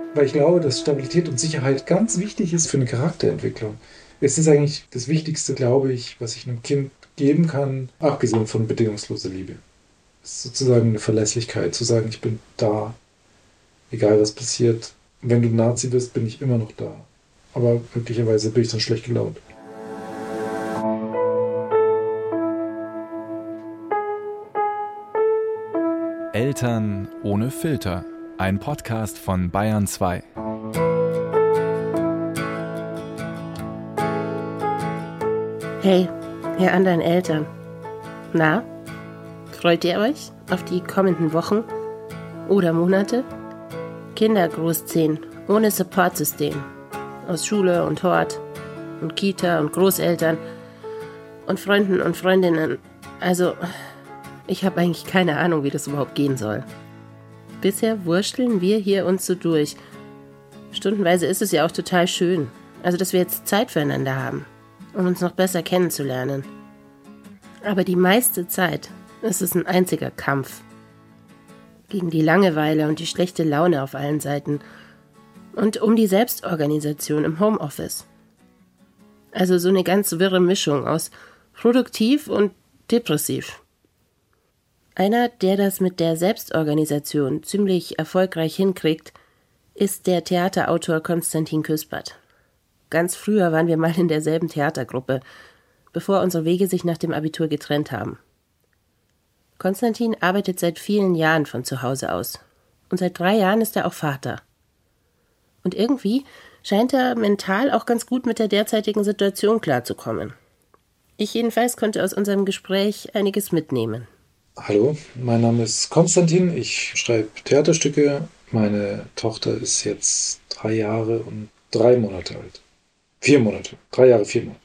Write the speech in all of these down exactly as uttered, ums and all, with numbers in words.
Weil ich glaube, dass Stabilität und Sicherheit ganz wichtig ist für eine Charakterentwicklung. Es ist eigentlich das Wichtigste, glaube ich, was ich einem Kind geben kann, abgesehen von bedingungsloser Liebe. Es ist sozusagen eine Verlässlichkeit, zu sagen, ich bin da, egal was passiert. Wenn du Nazi bist, bin ich immer noch da. Aber möglicherweise bin ich dann schlecht gelaunt. Eltern ohne Filter. Ein Podcast von Bayern zwei. Hey, ihr anderen Eltern. Na, freut ihr euch auf die kommenden Wochen oder Monate? Kinder großziehen, ohne Supportsystem. Aus Schule und Hort und Kita und Großeltern und Freunden und Freundinnen. Also, ich habe eigentlich keine Ahnung, wie das überhaupt gehen soll. Bisher wursteln wir hier uns so durch. Stundenweise ist es ja auch total schön. Also, dass wir jetzt Zeit füreinander haben, um uns noch besser kennenzulernen. Aber die meiste Zeit ist es ein einziger Kampf. Gegen die Langeweile und die schlechte Laune auf allen Seiten. Und um die Selbstorganisation im Homeoffice. Also so eine ganz wirre Mischung aus produktiv und depressiv. Einer, der das mit der Selbstorganisation ziemlich erfolgreich hinkriegt, ist der Theaterautor Konstantin Küspert. Ganz früher waren wir mal in derselben Theatergruppe, bevor unsere Wege sich nach dem Abitur getrennt haben. Konstantin arbeitet seit vielen Jahren von zu Hause aus. Und seit drei Jahren ist er auch Vater. Und irgendwie scheint er mental auch ganz gut mit der derzeitigen Situation klarzukommen. Ich jedenfalls konnte aus unserem Gespräch einiges mitnehmen. Hallo, mein Name ist Konstantin. Ich schreibe Theaterstücke. Meine Tochter ist jetzt drei Jahre und drei Monate alt. Vier Monate. Drei Jahre, vier Monate.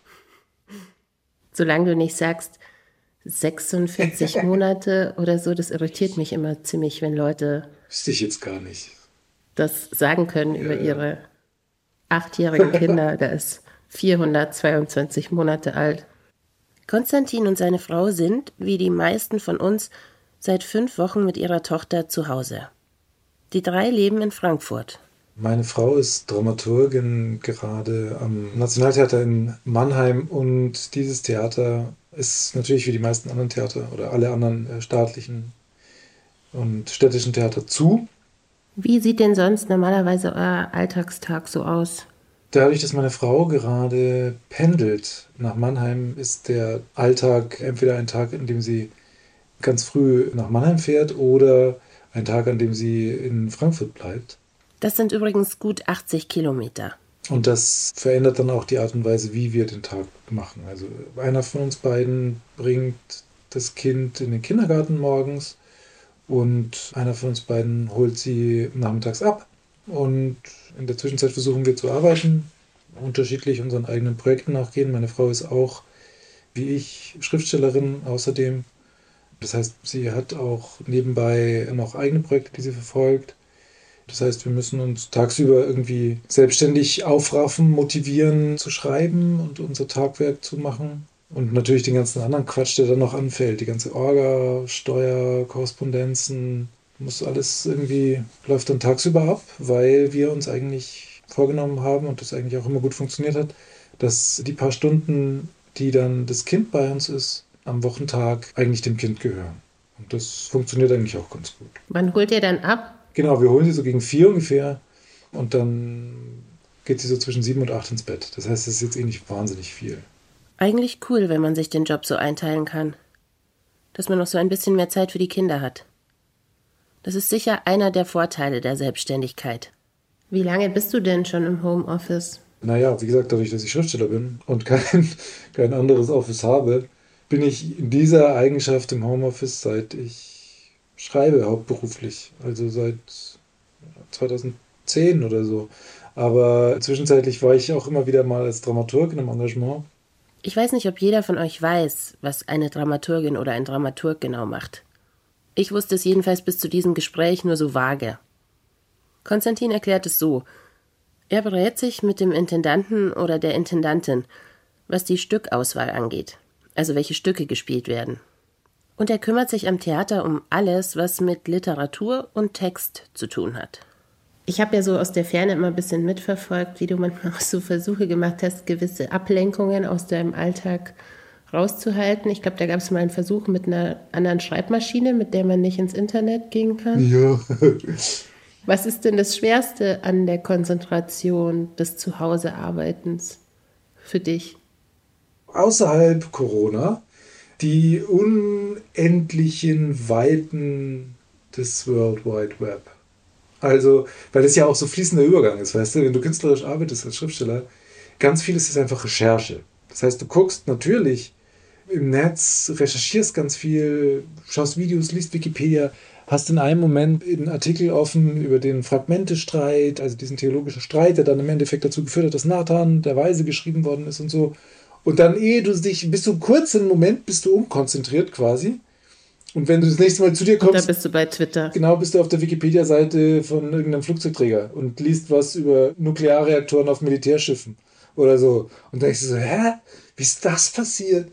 Solange du nicht sagst sechsundvierzig Monate oder so, das irritiert mich immer ziemlich, wenn Leute Wüsste ich jetzt gar nicht. das sagen können über Ja. ihre achtjährigen Kinder. Der ist vierhundertzweiundzwanzig Monate alt. Konstantin und seine Frau sind, wie die meisten von uns, seit fünf Wochen mit ihrer Tochter zu Hause. Die drei leben in Frankfurt. Meine Frau ist Dramaturgin gerade am Nationaltheater in Mannheim und dieses Theater ist natürlich wie die meisten anderen Theater oder alle anderen äh, staatlichen und städtischen Theater zu. Wie sieht denn sonst normalerweise euer Alltagstag so aus? Dadurch, dass meine Frau gerade pendelt nach Mannheim, ist der Alltag entweder ein Tag, in dem sie ganz früh nach Mannheim fährt oder ein Tag, an dem sie in Frankfurt bleibt. Das sind übrigens gut achtzig Kilometer. Und das verändert dann auch die Art und Weise, wie wir den Tag machen. Also einer von uns beiden bringt das Kind in den Kindergarten morgens und einer von uns beiden holt sie nachmittags ab. Und in der Zwischenzeit versuchen wir zu arbeiten, unterschiedlich unseren eigenen Projekten nachgehen. Meine Frau ist auch, wie ich, Schriftstellerin außerdem. Das heißt, sie hat auch nebenbei noch eigene Projekte, die sie verfolgt. Das heißt, wir müssen uns tagsüber irgendwie selbstständig aufraffen, motivieren zu schreiben und unser Tagwerk zu machen. Und natürlich den ganzen anderen Quatsch, der dann noch anfällt. Die ganze Orga, Steuer, Korrespondenzen, muss alles irgendwie, läuft dann tagsüber ab, weil wir uns eigentlich vorgenommen haben und das eigentlich auch immer gut funktioniert hat, dass die paar Stunden, die dann das Kind bei uns ist, am Wochentag eigentlich dem Kind gehören. Und das funktioniert eigentlich auch ganz gut. Wann holt ihr dann ab? Genau, wir holen sie so gegen vier ungefähr und dann geht sie so zwischen sieben und acht ins Bett. Das heißt, es ist jetzt eh nicht wahnsinnig viel. Eigentlich cool, wenn man sich den Job so einteilen kann. Dass man noch so ein bisschen mehr Zeit für die Kinder hat. Das ist sicher einer der Vorteile der Selbstständigkeit. Wie lange bist du denn schon im Homeoffice? Naja, wie gesagt, dadurch, dass ich Schriftsteller bin und kein, kein anderes Office habe, bin ich in dieser Eigenschaft im Homeoffice, seit ich schreibe, hauptberuflich. Also seit zweitausendzehn oder so. Aber zwischenzeitlich war ich auch immer wieder mal als Dramaturg in einem Engagement. Ich weiß nicht, ob jeder von euch weiß, was eine Dramaturgin oder ein Dramaturg genau macht. Ich wusste es jedenfalls bis zu diesem Gespräch nur so vage. Konstantin erklärt es so. Er berät sich mit dem Intendanten oder der Intendantin, was die Stückauswahl angeht, also welche Stücke gespielt werden. Und er kümmert sich am Theater um alles, was mit Literatur und Text zu tun hat. Ich habe ja so aus der Ferne immer ein bisschen mitverfolgt, wie du manchmal auch so Versuche gemacht hast, gewisse Ablenkungen aus deinem Alltag rauszuhalten. Ich glaube, da gab es mal einen Versuch mit einer anderen Schreibmaschine, mit der man nicht ins Internet gehen kann. Ja. Was ist denn das Schwerste an der Konzentration des Zuhausearbeitens für dich? Außerhalb Corona die unendlichen Weiten des World Wide Web. Also, weil es ja auch so fließender Übergang ist, weißt du, wenn du künstlerisch arbeitest als Schriftsteller, ganz vieles ist einfach Recherche. Das heißt, du guckst natürlich im Netz, recherchierst ganz viel, schaust Videos, liest Wikipedia, hast in einem Moment einen Artikel offen über den Fragmentestreit, also diesen theologischen Streit, der dann im Endeffekt dazu geführt hat, dass Nathan der Weise geschrieben worden ist und so. Und dann, ehe du dich, bist du kurz im Moment, bist du unkonzentriert quasi. Und wenn du das nächste Mal zu dir kommst... Da bist du bei Twitter. Genau, bist du auf der Wikipedia-Seite von irgendeinem Flugzeugträger und liest was über Nuklearreaktoren auf Militärschiffen oder so. Und dann denkst du so, hä? Wie ist das passiert?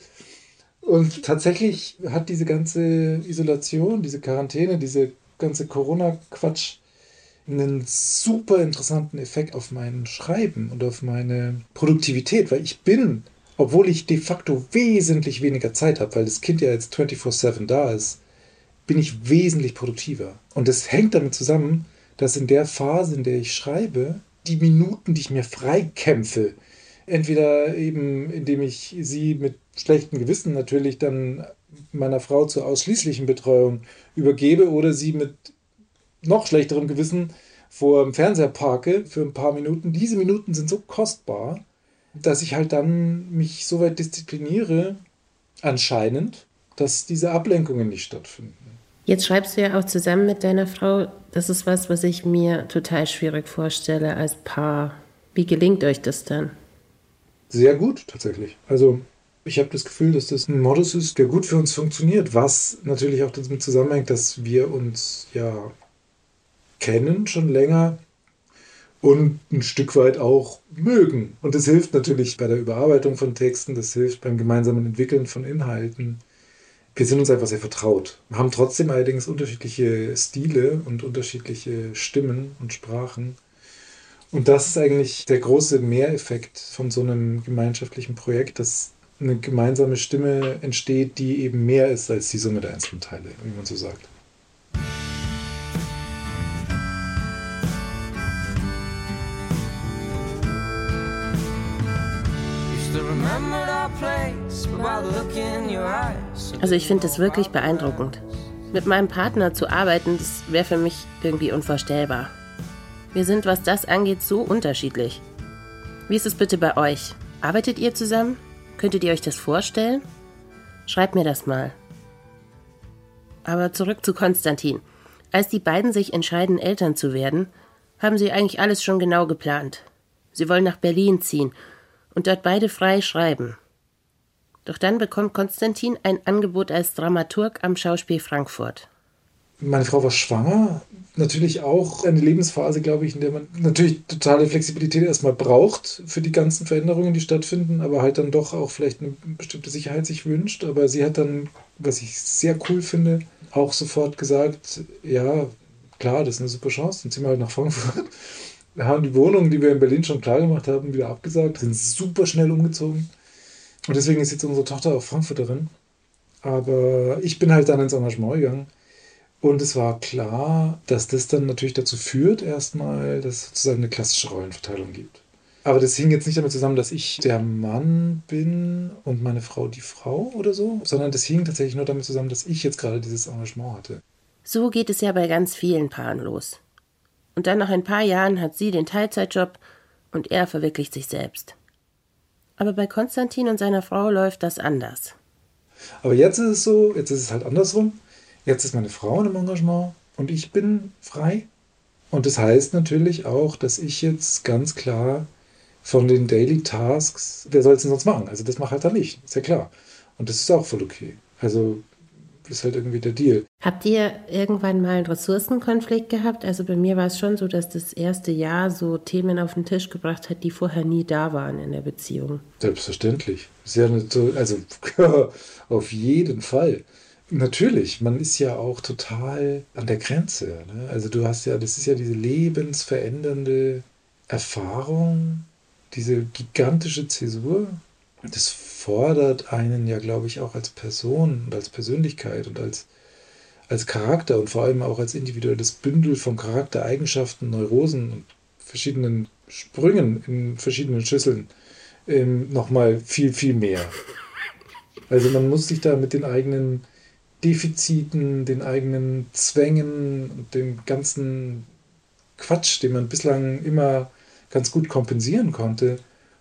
Und tatsächlich hat diese ganze Isolation, diese Quarantäne, diese ganze Corona-Quatsch einen super interessanten Effekt auf mein Schreiben und auf meine Produktivität, weil ich bin... Obwohl ich de facto wesentlich weniger Zeit habe, weil das Kind ja jetzt vierundzwanzig sieben da ist, bin ich wesentlich produktiver. Und das hängt damit zusammen, dass in der Phase, in der ich schreibe, die Minuten, die ich mir freikämpfe, entweder eben, indem ich sie mit schlechtem Gewissen natürlich dann meiner Frau zur ausschließlichen Betreuung übergebe oder sie mit noch schlechterem Gewissen vor dem Fernseher parke für ein paar Minuten. Diese Minuten sind so kostbar, dass ich halt dann mich so weit diszipliniere, anscheinend, dass diese Ablenkungen nicht stattfinden. Jetzt schreibst du ja auch zusammen mit deiner Frau. Das ist was, was ich mir total schwierig vorstelle als Paar. Wie gelingt euch das dann? Sehr gut, tatsächlich. Also ich habe das Gefühl, dass das ein Modus ist, der gut für uns funktioniert, was natürlich auch damit zusammenhängt, dass wir uns ja kennen schon länger und ein Stück weit auch mögen. Und das hilft natürlich bei der Überarbeitung von Texten, das hilft beim gemeinsamen Entwickeln von Inhalten. Wir sind uns einfach sehr vertraut. Wir haben trotzdem allerdings unterschiedliche Stile und unterschiedliche Stimmen und Sprachen. Und das ist eigentlich der große Mehreffekt von so einem gemeinschaftlichen Projekt, dass eine gemeinsame Stimme entsteht, die eben mehr ist als die Summe der einzelnen Teile, wie man so sagt. Also ich finde das wirklich beeindruckend. Mit meinem Partner zu arbeiten, das wäre für mich irgendwie unvorstellbar. Wir sind, was das angeht, so unterschiedlich. Wie ist es bitte bei euch? Arbeitet ihr zusammen? Könntet ihr euch das vorstellen? Schreibt mir das mal. Aber zurück zu Konstantin. Als die beiden sich entscheiden, Eltern zu werden, haben sie eigentlich alles schon genau geplant. Sie wollen nach Berlin ziehen und dort beide frei schreiben. Doch dann bekommt Konstantin ein Angebot als Dramaturg am Schauspiel Frankfurt. Meine Frau war schwanger. Natürlich auch eine Lebensphase, glaube ich, in der man natürlich totale Flexibilität erstmal braucht für die ganzen Veränderungen, die stattfinden, aber halt dann doch auch vielleicht eine bestimmte Sicherheit sich wünscht. Aber sie hat dann, was ich sehr cool finde, auch sofort gesagt, ja, klar, das ist eine super Chance, dann ziehen wir halt nach Frankfurt. Wir haben die Wohnung, die wir in Berlin schon klar gemacht haben, wieder abgesagt, sind super schnell umgezogen. Und deswegen ist jetzt unsere Tochter auch Frankfurterin. Aber ich bin halt dann ins Engagement gegangen. Und es war klar, dass das dann natürlich dazu führt, erstmal, dass es sozusagen eine klassische Rollenverteilung gibt. Aber das hing jetzt nicht damit zusammen, dass ich der Mann bin und meine Frau die Frau oder so, sondern das hing tatsächlich nur damit zusammen, dass ich jetzt gerade dieses Engagement hatte. So geht es ja bei ganz vielen Paaren los. Und dann nach ein paar Jahren hat sie den Teilzeitjob und er verwirklicht sich selbst. Aber bei Konstantin und seiner Frau läuft das anders. Aber jetzt ist es so, jetzt ist es halt andersrum. Jetzt ist meine Frau im Engagement und ich bin frei. Und das heißt natürlich auch, dass ich jetzt ganz klar von den Daily Tasks, wer soll es denn sonst machen? Also das macht halt dann nicht, ist ja klar. Und das ist auch voll okay. Also ist halt irgendwie der Deal. Habt ihr irgendwann mal einen Ressourcenkonflikt gehabt? Also bei mir war es schon so, dass das erste Jahr so Themen auf den Tisch gebracht hat, die vorher nie da waren in der Beziehung. Selbstverständlich. Ist ja nicht so, also auf jeden Fall. Natürlich, man ist ja auch total an der Grenze. Ne? Also du hast ja, das ist ja diese lebensverändernde Erfahrung, diese gigantische Zäsur. Das fordert einen ja, glaube ich, auch als Person und als Persönlichkeit und als, als Charakter und vor allem auch als individuelles Bündel von Charaktereigenschaften, Neurosen und verschiedenen Sprüngen in verschiedenen Schüsseln ähm, nochmal viel, viel mehr. Also man muss sich da mit den eigenen Defiziten, den eigenen Zwängen und dem ganzen Quatsch, den man bislang immer ganz gut kompensieren konnte,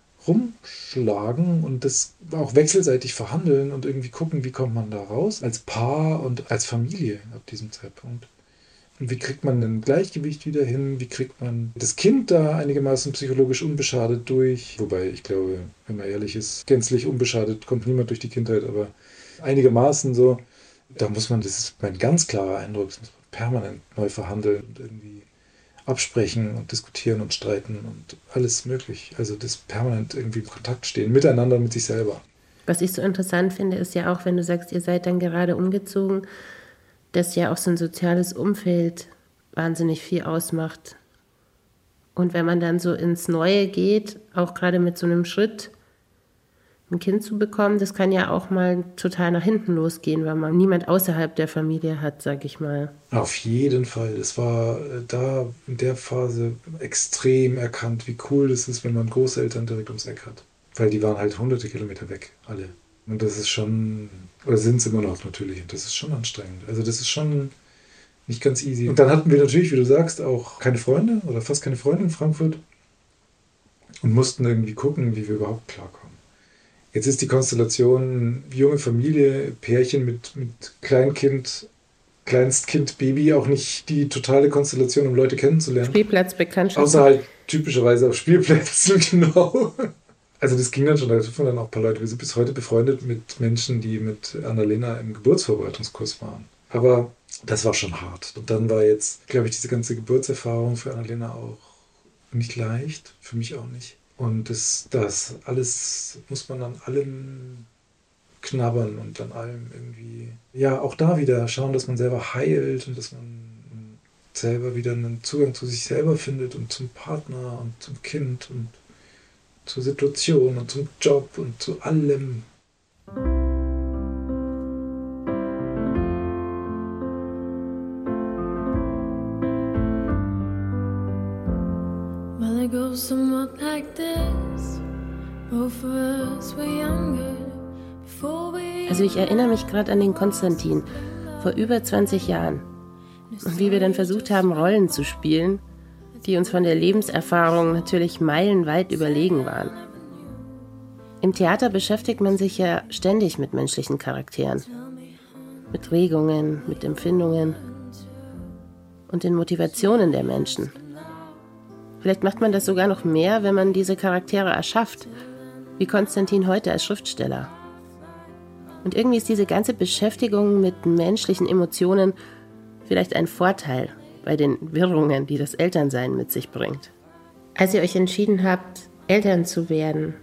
rumschlagen und das auch wechselseitig verhandeln und irgendwie gucken, wie kommt man da raus als Paar und als Familie ab diesem Zeitpunkt. Und wie kriegt man ein Gleichgewicht wieder hin? Wie kriegt man das Kind da einigermaßen psychologisch unbeschadet durch? Wobei, ich glaube, wenn man ehrlich ist, gänzlich unbeschadet kommt niemand durch die Kindheit, aber einigermaßen so. Da muss man, das ist mein ganz klarer Eindruck, das muss man permanent neu verhandeln und irgendwie absprechen und diskutieren und streiten und alles möglich. Also das permanent irgendwie in Kontakt stehen, miteinander, mit sich selber. Was ich so interessant finde, ist ja auch, wenn du sagst, ihr seid dann gerade umgezogen, dass ja auch so ein soziales Umfeld wahnsinnig viel ausmacht. Und wenn man dann so ins Neue geht, auch gerade mit so einem Schritt, ein Kind zu bekommen, das kann ja auch mal total nach hinten losgehen, weil man niemand außerhalb der Familie hat, sag ich mal. Auf jeden Fall. Es war da in der Phase extrem erkannt, wie cool es ist, wenn man Großeltern direkt ums Eck hat. Weil die waren halt hunderte Kilometer weg, alle. Und das ist schon, oder sind es immer noch natürlich, und das ist schon anstrengend. Also das ist schon nicht ganz easy. Und dann hatten wir natürlich, wie du sagst, auch keine Freunde oder fast keine Freunde in Frankfurt und mussten irgendwie gucken, wie wir überhaupt klarkommen. Jetzt ist die Konstellation junge Familie, Pärchen mit, mit Kleinkind, Kleinstkind, Baby auch nicht die totale Konstellation, um Leute kennenzulernen. Spielplatzbekanntschaften. Außer halt typischerweise auf Spielplätzen, genau. Also das ging dann schon, da treffen wir dann auch ein paar Leute. Wir sind bis heute befreundet mit Menschen, die mit Annalena im Geburtsvorbereitungskurs waren. Aber das war schon hart. Und dann war jetzt, glaube ich, diese ganze Geburtserfahrung für Annalena auch nicht leicht, für mich auch nicht. Und das, das alles muss man an allem knabbern und an allem irgendwie, ja, auch da wieder schauen, dass man selber heilt und dass man selber wieder einen Zugang zu sich selber findet und zum Partner und zum Kind und zur Situation und zum Job und zu allem. Well, it goes somewhat like this. Both of us were younger before we... Also ich erinnere mich gerade an den Konstantin vor über zwanzig Jahren und wie wir dann versucht haben, Rollen zu spielen, die uns von der Lebenserfahrung natürlich meilenweit überlegen waren. Im Theater beschäftigt man sich ja ständig mit menschlichen Charakteren, mit Regungen, mit Empfindungen und den Motivationen der Menschen. Vielleicht macht man das sogar noch mehr, wenn man diese Charaktere erschafft, wie Konstantin heute als Schriftsteller. Und irgendwie ist diese ganze Beschäftigung mit menschlichen Emotionen vielleicht ein Vorteil bei den Wirrungen, die das Elternsein mit sich bringt. Als ihr euch entschieden habt, Eltern zu werden,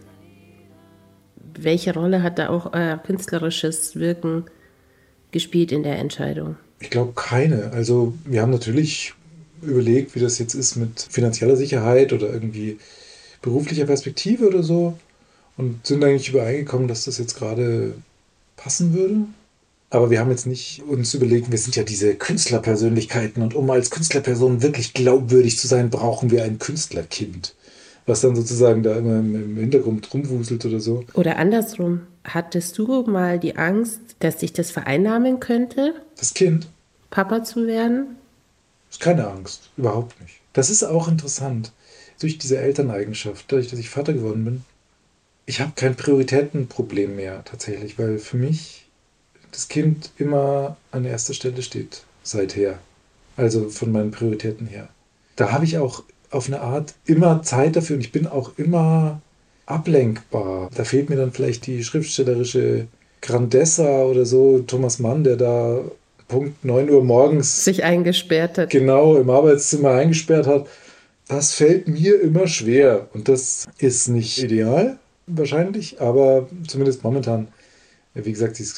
welche Rolle hat da auch euer künstlerisches Wirken gespielt in der Entscheidung? Ich glaube keine. Also wir haben natürlich überlegt, wie das jetzt ist mit finanzieller Sicherheit oder irgendwie beruflicher Perspektive oder so und sind eigentlich übereingekommen, dass das jetzt gerade passen würde. Aber wir haben jetzt nicht uns überlegt, wir sind ja diese Künstlerpersönlichkeiten und um als Künstlerperson wirklich glaubwürdig zu sein, brauchen wir ein Künstlerkind, was dann sozusagen da immer im Hintergrund rumwuselt oder so. Oder andersrum, hattest du mal die Angst, dass dich das vereinnahmen könnte? Das Kind? Papa zu werden? Das ist keine Angst, überhaupt nicht. Das ist auch interessant. Durch diese Elterneigenschaft, dadurch, dass ich Vater geworden bin, ich habe kein Prioritätenproblem mehr tatsächlich, weil für mich das Kind immer an erster Stelle steht, seither. Also von meinen Prioritäten her. Da habe ich auch auf eine Art immer Zeit dafür und ich bin auch immer ablenkbar. Da fehlt mir dann vielleicht die schriftstellerische Grandezza oder so, Thomas Mann, der da Punkt neun Uhr morgens sich eingesperrt hat. Genau, im Arbeitszimmer eingesperrt hat. Das fällt mir immer schwer. Und das ist nicht ideal, wahrscheinlich, aber zumindest momentan, wie gesagt, dieses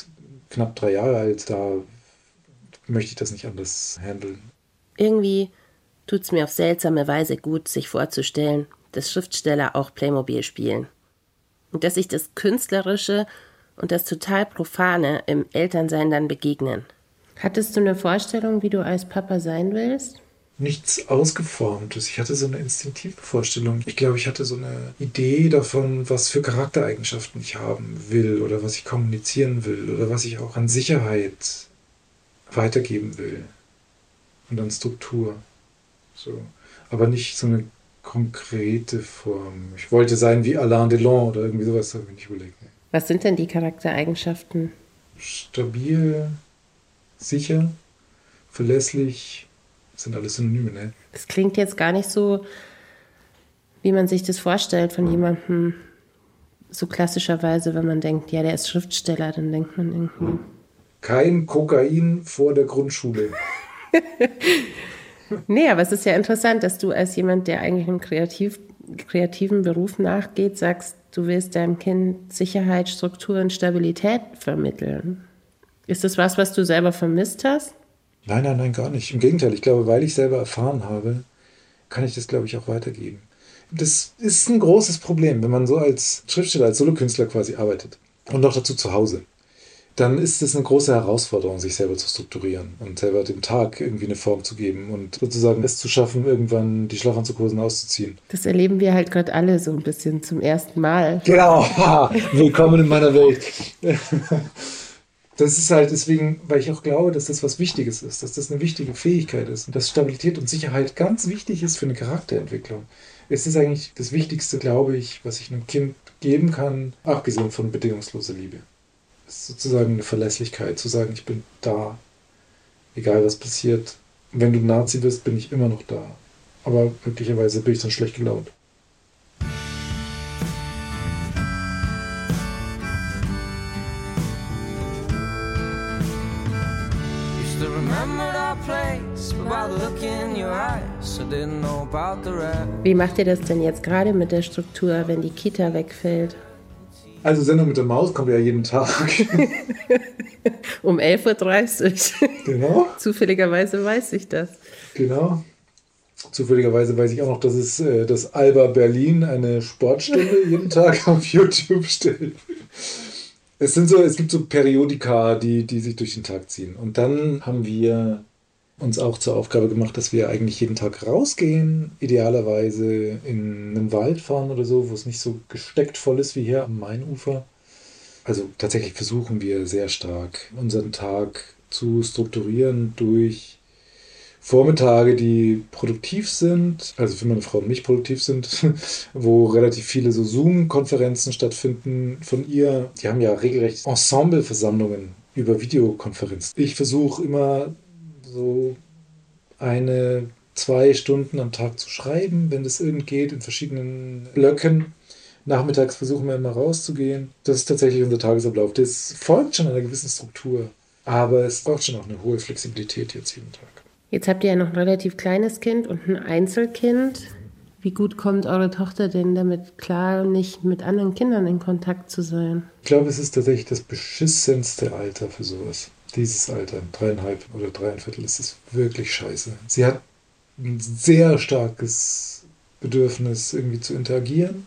knapp drei Jahre alt, da möchte ich das nicht anders handeln. Irgendwie tut es mir auf seltsame Weise gut, sich vorzustellen, dass Schriftsteller auch Playmobil spielen. Und dass sich das Künstlerische und das total Profane im Elternsein dann begegnen. Hattest du eine Vorstellung, wie du als Papa sein willst? Nichts Ausgeformtes. Ich hatte so eine instinktive Vorstellung. Ich glaube, ich hatte so eine Idee davon, was für Charaktereigenschaften ich haben will oder was ich kommunizieren will oder was ich auch an Sicherheit weitergeben will und an Struktur. So. Aber nicht so eine konkrete Form. Ich wollte sein wie Alain Delon oder irgendwie sowas, habe ich nicht überlegt. Was sind denn die Charaktereigenschaften? Stabil, sicher, verlässlich, das sind alles Synonyme, ne? Das klingt jetzt gar nicht so, wie man sich das vorstellt von jemandem, so klassischerweise, wenn man denkt, ja, der ist Schriftsteller, dann denkt man irgendwie... Kein Kokain vor der Grundschule. Nee, aber es ist ja interessant, dass du als jemand, der eigentlich einem kreativ, kreativen Beruf nachgeht, sagst, du willst deinem Kind Sicherheit, Struktur und Stabilität vermitteln. Ist das was, was du selber vermisst hast? Nein, nein, nein, gar nicht. Im Gegenteil, ich glaube, weil ich selber erfahren habe, kann ich das, glaube ich, auch weitergeben. Das ist ein großes Problem, wenn man so als Schriftsteller, als Solokünstler quasi arbeitet und noch dazu zu Hause. Dann ist es eine große Herausforderung, sich selber zu strukturieren und selber dem Tag irgendwie eine Form zu geben und sozusagen es zu schaffen, irgendwann die Schlafanzughosen auszuziehen. Das erleben wir halt gerade alle so ein bisschen zum ersten Mal. Genau, willkommen in meiner Welt. Das ist halt deswegen, weil ich auch glaube, dass das was Wichtiges ist, dass das eine wichtige Fähigkeit ist und dass Stabilität und Sicherheit ganz wichtig ist für eine Charakterentwicklung. Es ist eigentlich das Wichtigste, glaube ich, was ich einem Kind geben kann, abgesehen von bedingungsloser Liebe. Es ist sozusagen eine Verlässlichkeit, zu sagen, ich bin da, egal was passiert. Wenn du Nazi bist, bin ich immer noch da. Aber möglicherweise bin ich dann schlecht gelaunt. Wie macht ihr das denn jetzt gerade mit der Struktur, wenn die Kita wegfällt? Also Sendung mit der Maus kommt ja jeden Tag. Um elf Uhr dreißig. Genau. Zufälligerweise weiß ich das. Genau. Zufälligerweise weiß ich auch noch, dass es äh, das Alba Berlin eine Sportstunde jeden Tag auf YouTube stellt. Es sind so, es gibt so Periodika, die, die sich durch den Tag ziehen. Und dann haben wir uns auch zur Aufgabe gemacht, dass wir eigentlich jeden Tag rausgehen, idealerweise in einen Wald fahren oder so, wo es nicht so gesteckt voll ist wie hier am Mainufer. Also tatsächlich versuchen wir sehr stark, unseren Tag zu strukturieren durch Vormittage, die produktiv sind, also für meine Frau und mich produktiv sind, wo relativ viele so Zoom-Konferenzen stattfinden von ihr. Die haben ja regelrecht Ensembleversammlungen über Videokonferenzen. Ich versuche immer so eine, zwei Stunden am Tag zu schreiben, wenn das irgend geht, in verschiedenen Blöcken. Nachmittags versuchen wir immer rauszugehen. Das ist tatsächlich unser Tagesablauf. Das folgt schon einer gewissen Struktur, aber es braucht schon auch eine hohe Flexibilität jetzt jeden Tag. Jetzt habt ihr ja noch ein relativ kleines Kind und ein Einzelkind. Wie gut kommt eure Tochter denn damit klar, nicht mit anderen Kindern in Kontakt zu sein? Ich glaube, es ist tatsächlich das beschissenste Alter für sowas. Dieses Alter, dreieinhalb oder dreieinviertel, ist es wirklich scheiße. Sie hat ein sehr starkes Bedürfnis, irgendwie zu interagieren.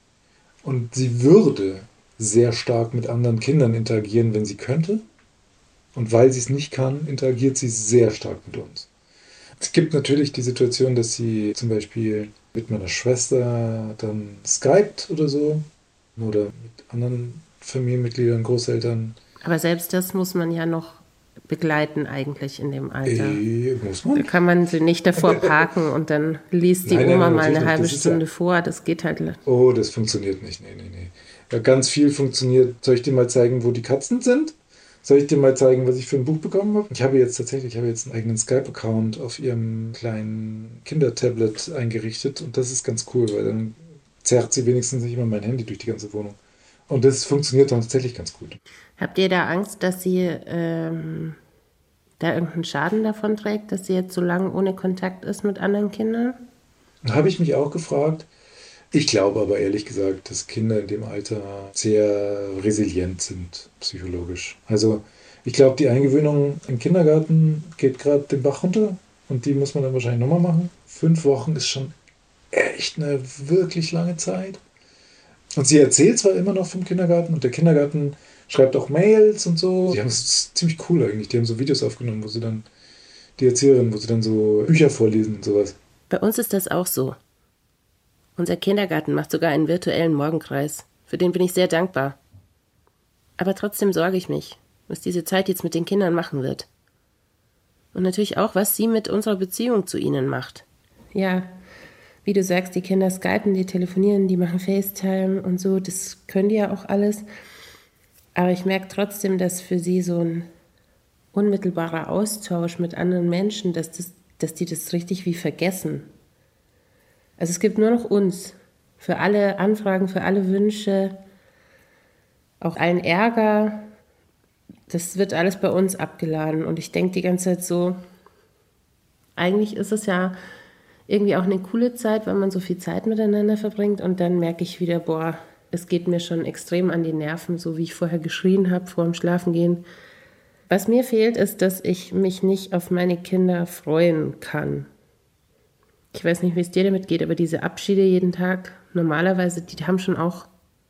Und sie würde sehr stark mit anderen Kindern interagieren, wenn sie könnte. Und weil sie es nicht kann, interagiert sie sehr stark mit uns. Es gibt natürlich die Situation, dass sie zum Beispiel mit meiner Schwester dann skypt oder so. Oder mit anderen Familienmitgliedern, Großeltern. Aber selbst das muss man ja noch begleiten eigentlich in dem Alter. Äh, muss man? Da kann man sie nicht davor parken und dann liest die Nein, Oma nein, mal eine nicht. halbe Das ist Stunde ja... vor. Das geht halt. Oh, das funktioniert nicht. Nee, nee, nee. Ja, ganz viel funktioniert. Soll ich dir mal zeigen, wo die Katzen sind? Soll ich dir mal zeigen, was ich für ein Buch bekommen habe? Ich habe jetzt tatsächlich, ich habe jetzt einen eigenen Skype-Account auf ihrem kleinen Kindertablet eingerichtet und das ist ganz cool, weil dann zerrt sie wenigstens nicht immer mein Handy durch die ganze Wohnung. Und das funktioniert dann tatsächlich ganz gut. Habt ihr da Angst, dass sie ähm, da irgendeinen Schaden davon trägt, dass sie jetzt so lange ohne Kontakt ist mit anderen Kindern? Da habe ich mich auch gefragt. Ich glaube aber ehrlich gesagt, dass Kinder in dem Alter sehr resilient sind, psychologisch. Also Ich glaube, die Eingewöhnung im Kindergarten geht gerade den Bach runter und die muss man dann wahrscheinlich nochmal machen. Fünf Wochen ist schon echt eine wirklich lange Zeit. Und sie erzählt zwar immer noch vom Kindergarten und der Kindergarten schreibt auch Mails und so. Die haben es ziemlich cool eigentlich. Die haben so Videos aufgenommen, wo sie dann, die Erzählerin, wo sie dann so Bücher vorlesen und sowas. Bei uns ist das auch so. Unser Kindergarten macht sogar einen virtuellen Morgenkreis. Für den bin ich sehr dankbar. Aber trotzdem sorge ich mich, was diese Zeit jetzt mit den Kindern machen wird. Und natürlich auch, was sie mit unserer Beziehung zu ihnen macht. Ja, wie du sagst, die Kinder skypen, die telefonieren, die machen FaceTime und so, das können die ja auch alles. Aber ich merke trotzdem, dass für sie so ein unmittelbarer Austausch mit anderen Menschen, dass, das, dass die das richtig wie vergessen. Also es gibt nur noch uns. Für alle Anfragen, für alle Wünsche, auch allen Ärger, das wird alles bei uns abgeladen. Und ich denke die ganze Zeit so, eigentlich ist es ja irgendwie auch eine coole Zeit, weil man so viel Zeit miteinander verbringt. Und dann merke ich wieder, boah, es geht mir schon extrem an die Nerven, so wie ich vorher geschrien habe vor dem Schlafengehen. Was mir fehlt, ist, dass ich mich nicht auf meine Kinder freuen kann. Ich weiß nicht, wie es dir damit geht, aber diese Abschiede jeden Tag, normalerweise, die haben schon auch...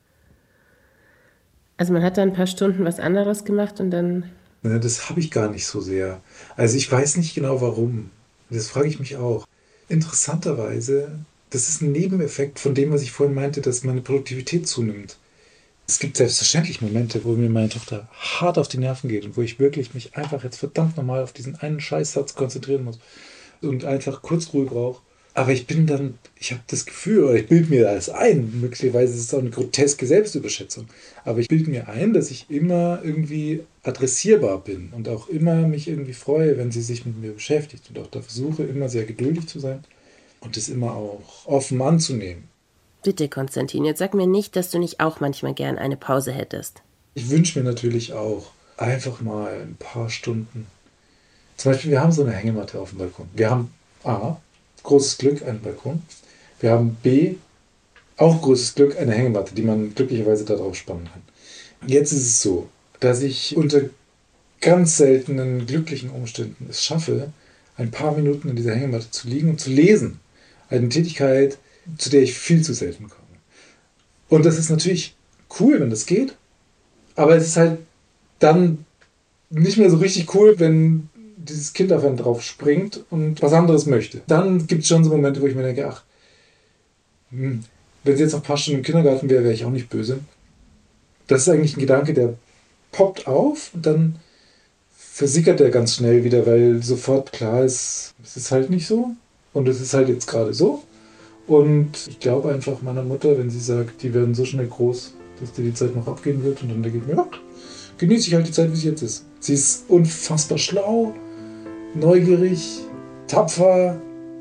Also man hat da ein paar Stunden was anderes gemacht und dann... Ja, das habe ich gar nicht so sehr. Also ich weiß nicht genau warum. Das frage ich mich auch. Interessanterweise, das ist ein Nebeneffekt von dem, was ich vorhin meinte, dass meine Produktivität zunimmt. Es gibt selbstverständlich Momente, wo mir meine Tochter hart auf die Nerven geht und wo ich wirklich mich einfach jetzt verdammt nochmal auf diesen einen Scheißsatz konzentrieren muss und einfach kurz Ruhe brauche. Aber ich bin dann, ich habe das Gefühl, oder ich bilde mir das ein, möglicherweise ist es auch eine groteske Selbstüberschätzung, aber ich bilde mir ein, dass ich immer irgendwie adressierbar bin und auch immer mich irgendwie freue, wenn sie sich mit mir beschäftigt und auch da versuche, immer sehr geduldig zu sein und das immer auch offen anzunehmen. Bitte, Konstantin, jetzt sag mir nicht, dass du nicht auch manchmal gern eine Pause hättest. Ich wünsche mir natürlich auch einfach mal ein paar Stunden. Zum Beispiel, wir haben so eine Hängematte auf dem Balkon. Wir haben A, großes Glück, einen Balkon. Wir haben B, auch großes Glück, eine Hängematte, die man glücklicherweise darauf spannen kann. Jetzt ist es so, dass ich unter ganz seltenen glücklichen Umständen es schaffe, ein paar Minuten in dieser Hängematte zu liegen und zu lesen. Eine Tätigkeit, zu der ich viel zu selten komme. Und das ist natürlich cool, wenn das geht, aber es ist halt dann nicht mehr so richtig cool, wenn dieses Kind auf einen drauf springt und was anderes möchte. Dann gibt es schon so Momente, wo ich mir denke, ach, hm, wenn sie jetzt noch ein paar Stunden im Kindergarten wäre, wäre ich auch nicht böse. Das ist eigentlich ein Gedanke, der poppt auf und dann versickert er ganz schnell wieder, weil sofort klar ist, es ist halt nicht so und es ist halt jetzt gerade so. Und ich glaube einfach meiner Mutter, wenn sie sagt, die werden so schnell groß, dass dir die Zeit noch abgehen wird und dann denke ich mir, ja, genieße ich halt die Zeit, wie sie jetzt ist. Sie ist unfassbar schlau, neugierig, tapfer,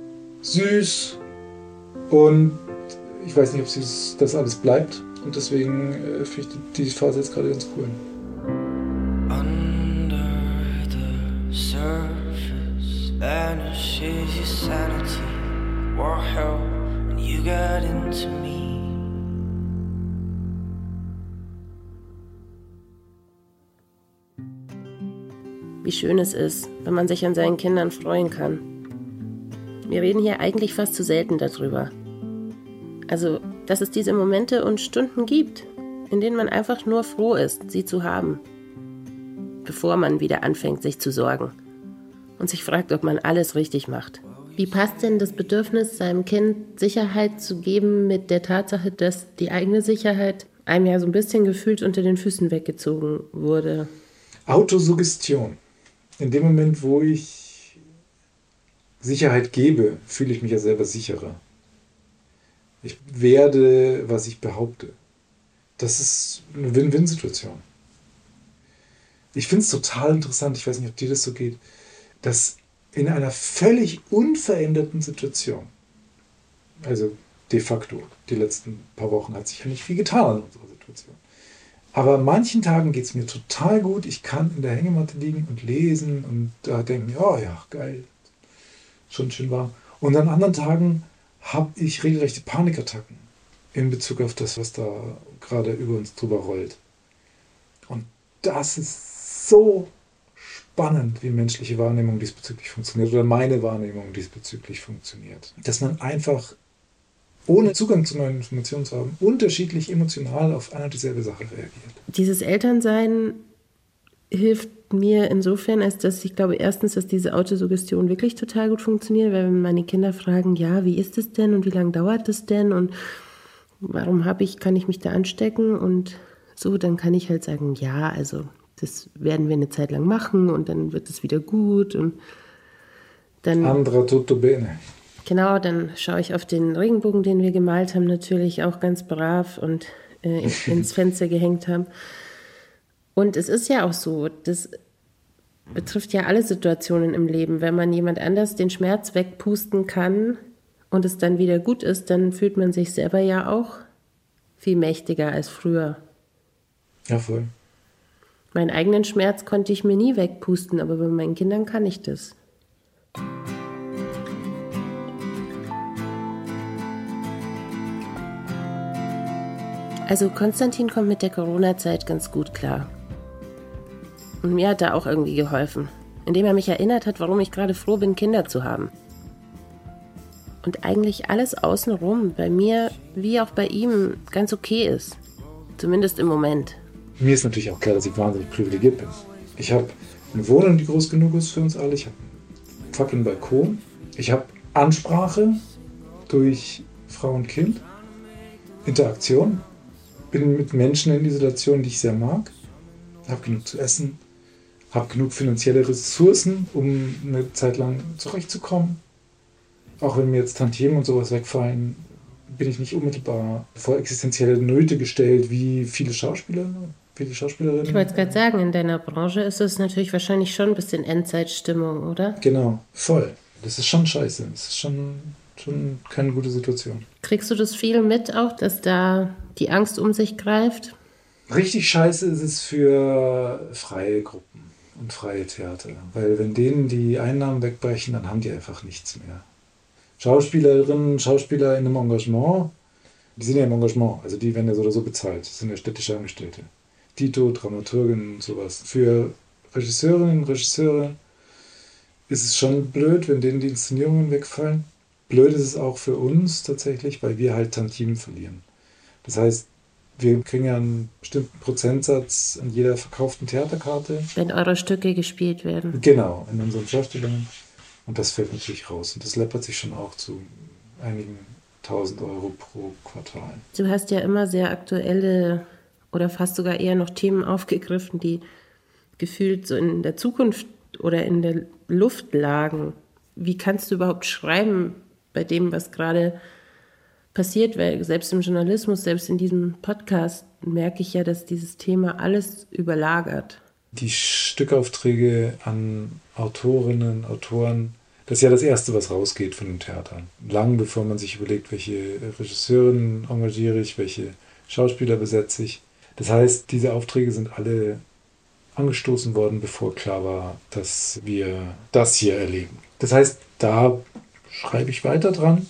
süß und ich weiß nicht, ob sie das alles bleibt und deswegen äh, finde ich die Phase jetzt gerade ganz cool. Under the surface vanishes your sanity. War hell when you got into me. Wie schön es ist, wenn man sich an seinen Kindern freuen kann. Wir reden hier eigentlich fast zu selten darüber. Also, dass es diese Momente und Stunden gibt, in denen man einfach nur froh ist, sie zu haben. Bevor man wieder anfängt, sich zu sorgen. Und sich fragt, ob man alles richtig macht. Wie passt denn das Bedürfnis, seinem Kind Sicherheit zu geben mit der Tatsache, dass die eigene Sicherheit einem ja so ein bisschen gefühlt unter den Füßen weggezogen wurde? Autosuggestion. In dem Moment, wo ich Sicherheit gebe, fühle ich mich ja selber sicherer. Ich werde, was ich behaupte. Das ist eine Win-Win-Situation. Ich finde es total interessant, ich weiß nicht, ob dir das so geht, dass in einer völlig unveränderten Situation, also de facto, die letzten paar Wochen hat sich ja nicht viel getan in unserer Situation. Aber an manchen Tagen geht es mir total gut. Ich kann in der Hängematte liegen und lesen und da denke ich mir, oh ja, geil, schon schön warm. Und an anderen Tagen habe ich regelrechte Panikattacken in Bezug auf das, was da gerade über uns drüber rollt. Und das ist so spannend, wie menschliche Wahrnehmung diesbezüglich funktioniert oder meine Wahrnehmung diesbezüglich funktioniert. Dass man einfach, ohne Zugang zu neuen Informationen zu haben, unterschiedlich emotional auf eine und dieselbe Sache reagiert. Dieses Elternsein hilft mir insofern, als dass ich glaube, erstens, dass diese Autosuggestion wirklich total gut funktioniert, weil wenn meine Kinder fragen, ja, wie ist es denn und wie lange dauert es denn und warum habe ich, kann ich mich da anstecken und so, dann kann ich halt sagen, ja, also das werden wir eine Zeit lang machen und dann wird es wieder gut und dann... Andra tutto bene. Genau, dann schaue ich auf den Regenbogen, den wir gemalt haben, natürlich auch ganz brav und äh, ins Fenster gehängt haben. Und es ist ja auch so, das betrifft ja alle Situationen im Leben. Wenn man jemand anders den Schmerz wegpusten kann und es dann wieder gut ist, dann fühlt man sich selber ja auch viel mächtiger als früher. Ja, voll. Meinen eigenen Schmerz konnte ich mir nie wegpusten, aber bei meinen Kindern kann ich das. Also Konstantin kommt mit der Corona-Zeit ganz gut klar. Und mir hat er auch irgendwie geholfen, indem er mich erinnert hat, warum ich gerade froh bin, Kinder zu haben. Und eigentlich alles außenrum bei mir, wie auch bei ihm, ganz okay ist. Zumindest im Moment. Mir ist natürlich auch klar, dass ich wahnsinnig privilegiert bin. Ich habe eine Wohnung, die groß genug ist für uns alle. Ich habe einen fucking Balkon. Ich habe Ansprache durch Frau und Kind. Interaktion. Bin mit Menschen in Isolation, die ich sehr mag. Habe genug zu essen. Habe genug finanzielle Ressourcen, um eine Zeit lang zurechtzukommen. Auch wenn mir jetzt Tantiemen und sowas wegfallen, bin ich nicht unmittelbar vor existenzielle Nöte gestellt, wie viele Schauspieler, viele Schauspielerinnen. Ich wollte es gerade sagen, in deiner Branche ist es natürlich wahrscheinlich schon ein bisschen Endzeitstimmung, oder? Genau, voll. Das ist schon scheiße. Das ist schon, schon keine gute Situation. Kriegst du das viel mit auch, dass da die Angst um sich greift? Richtig scheiße ist es für freie Gruppen und freie Theater. Weil wenn denen die Einnahmen wegbrechen, dann haben die einfach nichts mehr. Schauspielerinnen, Schauspieler in einem Engagement, die sind ja im Engagement, also die werden ja so oder so bezahlt, das sind ja städtische Angestellte. Dito, Dramaturgen und sowas. Für Regisseurinnen und Regisseure ist es schon blöd, wenn denen die Inszenierungen wegfallen. Blöd ist es auch für uns tatsächlich, weil wir halt Tantiemen verlieren. Das heißt, wir kriegen ja einen bestimmten Prozentsatz an jeder verkauften Theaterkarte. Wenn eure Stücke gespielt werden. Genau, in unseren Schauspielern. Und das fällt natürlich raus. Und das läppert sich schon auch zu einigen tausend Euro pro Quartal. Du hast ja immer sehr aktuelle oder fast sogar eher noch Themen aufgegriffen, die gefühlt so in der Zukunft oder in der Luft lagen. Wie kannst du überhaupt schreiben bei dem, was gerade passiert? Weil selbst im Journalismus, selbst in diesem Podcast merke ich ja, dass dieses Thema alles überlagert. Die Stückaufträge an Autorinnen, Autoren, das ist ja das Erste, was rausgeht von den Theatern. Lang bevor man sich überlegt, welche Regisseurinnen engagiere ich, welche Schauspieler besetze ich. Das heißt, diese Aufträge sind alle angestoßen worden, bevor klar war, dass wir das hier erleben. Das heißt, da schreibe ich weiter dran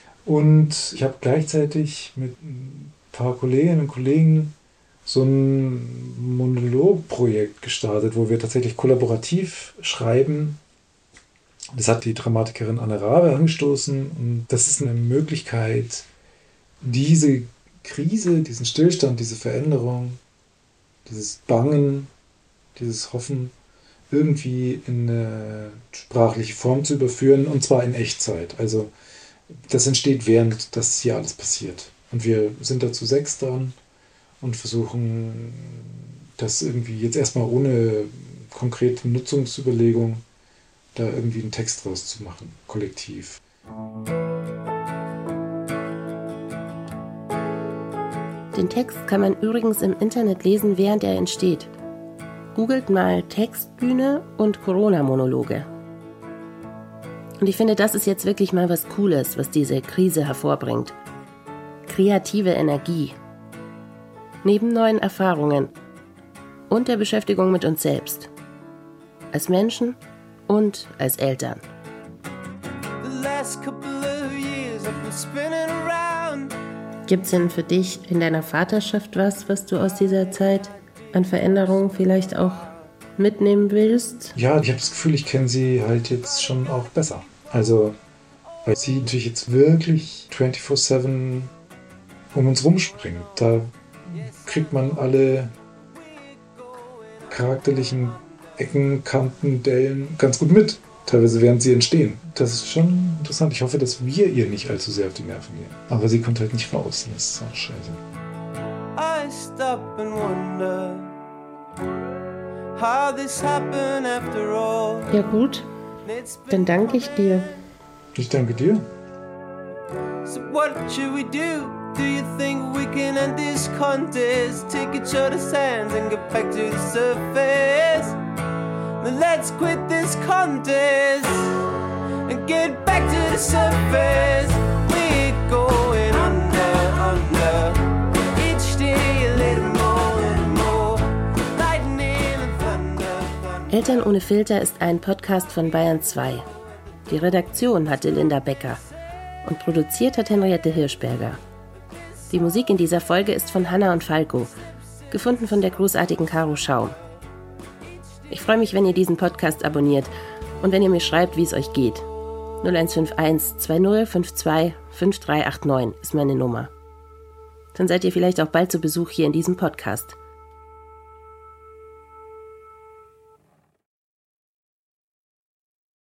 und ich habe gleichzeitig mit ein paar Kolleginnen und Kollegen so ein Monologprojekt gestartet, wo wir tatsächlich kollaborativ schreiben. Das hat die Dramatikerin Anne Rabe angestoßen und das ist eine Möglichkeit, diese Krise, diesen Stillstand, diese Veränderung, dieses Bangen, dieses Hoffen irgendwie in eine sprachliche Form zu überführen und zwar in Echtzeit. Also das entsteht, während das hier alles passiert. Und wir sind dazu sechs dran und versuchen das irgendwie jetzt erstmal ohne konkrete Nutzungsüberlegung da irgendwie einen Text draus zu machen, kollektiv. Den Text kann man übrigens im Internet lesen, während er entsteht. Googelt mal Textbühne und Corona-Monologe. Und ich finde, das ist jetzt wirklich mal was Cooles, was diese Krise hervorbringt. Kreative Energie. Neben neuen Erfahrungen und der Beschäftigung mit uns selbst. Als Menschen und als Eltern. Gibt es denn für dich in deiner Vaterschaft was, was du aus dieser Zeit an Veränderungen vielleicht auch mitnehmen willst? Ja, ich habe das Gefühl, ich kenne sie halt jetzt schon auch besser. Also, weil sie natürlich jetzt wirklich vierundzwanzig sieben um uns rumspringt. Da kriegt man alle charakterlichen Ecken, Kanten, Dellen ganz gut mit. Teilweise während sie entstehen. Das ist schon interessant. Ich hoffe, dass wir ihr nicht allzu sehr auf die Nerven gehen. Aber sie kommt halt nicht raus. Das ist auch scheiße. I stop and wonder how this happened after all. Ja gut, dann danke ich dir. Ich danke dir. So what should we do? Do you think we can end this contest? Take each other's hands and get back to the surface. Then let's quit this contest and get back to the surface. We're going under, under. Each day a little more and more. Lightning and thunder, thunder. Eltern ohne Filter ist ein Podcast von Bayern zwei. Die Redaktion hatte Linda Becker und produziert hat Henriette Hirschberger. Die Musik in dieser Folge ist von Hanna und Falco, gefunden von der großartigen Caro Schaum. Ich freue mich, wenn ihr diesen Podcast abonniert und wenn ihr mir schreibt, wie es euch geht. null eins fünf eins zwei null fünf zwei fünf drei acht neun ist meine Nummer. Dann seid ihr vielleicht auch bald zu Besuch hier in diesem Podcast.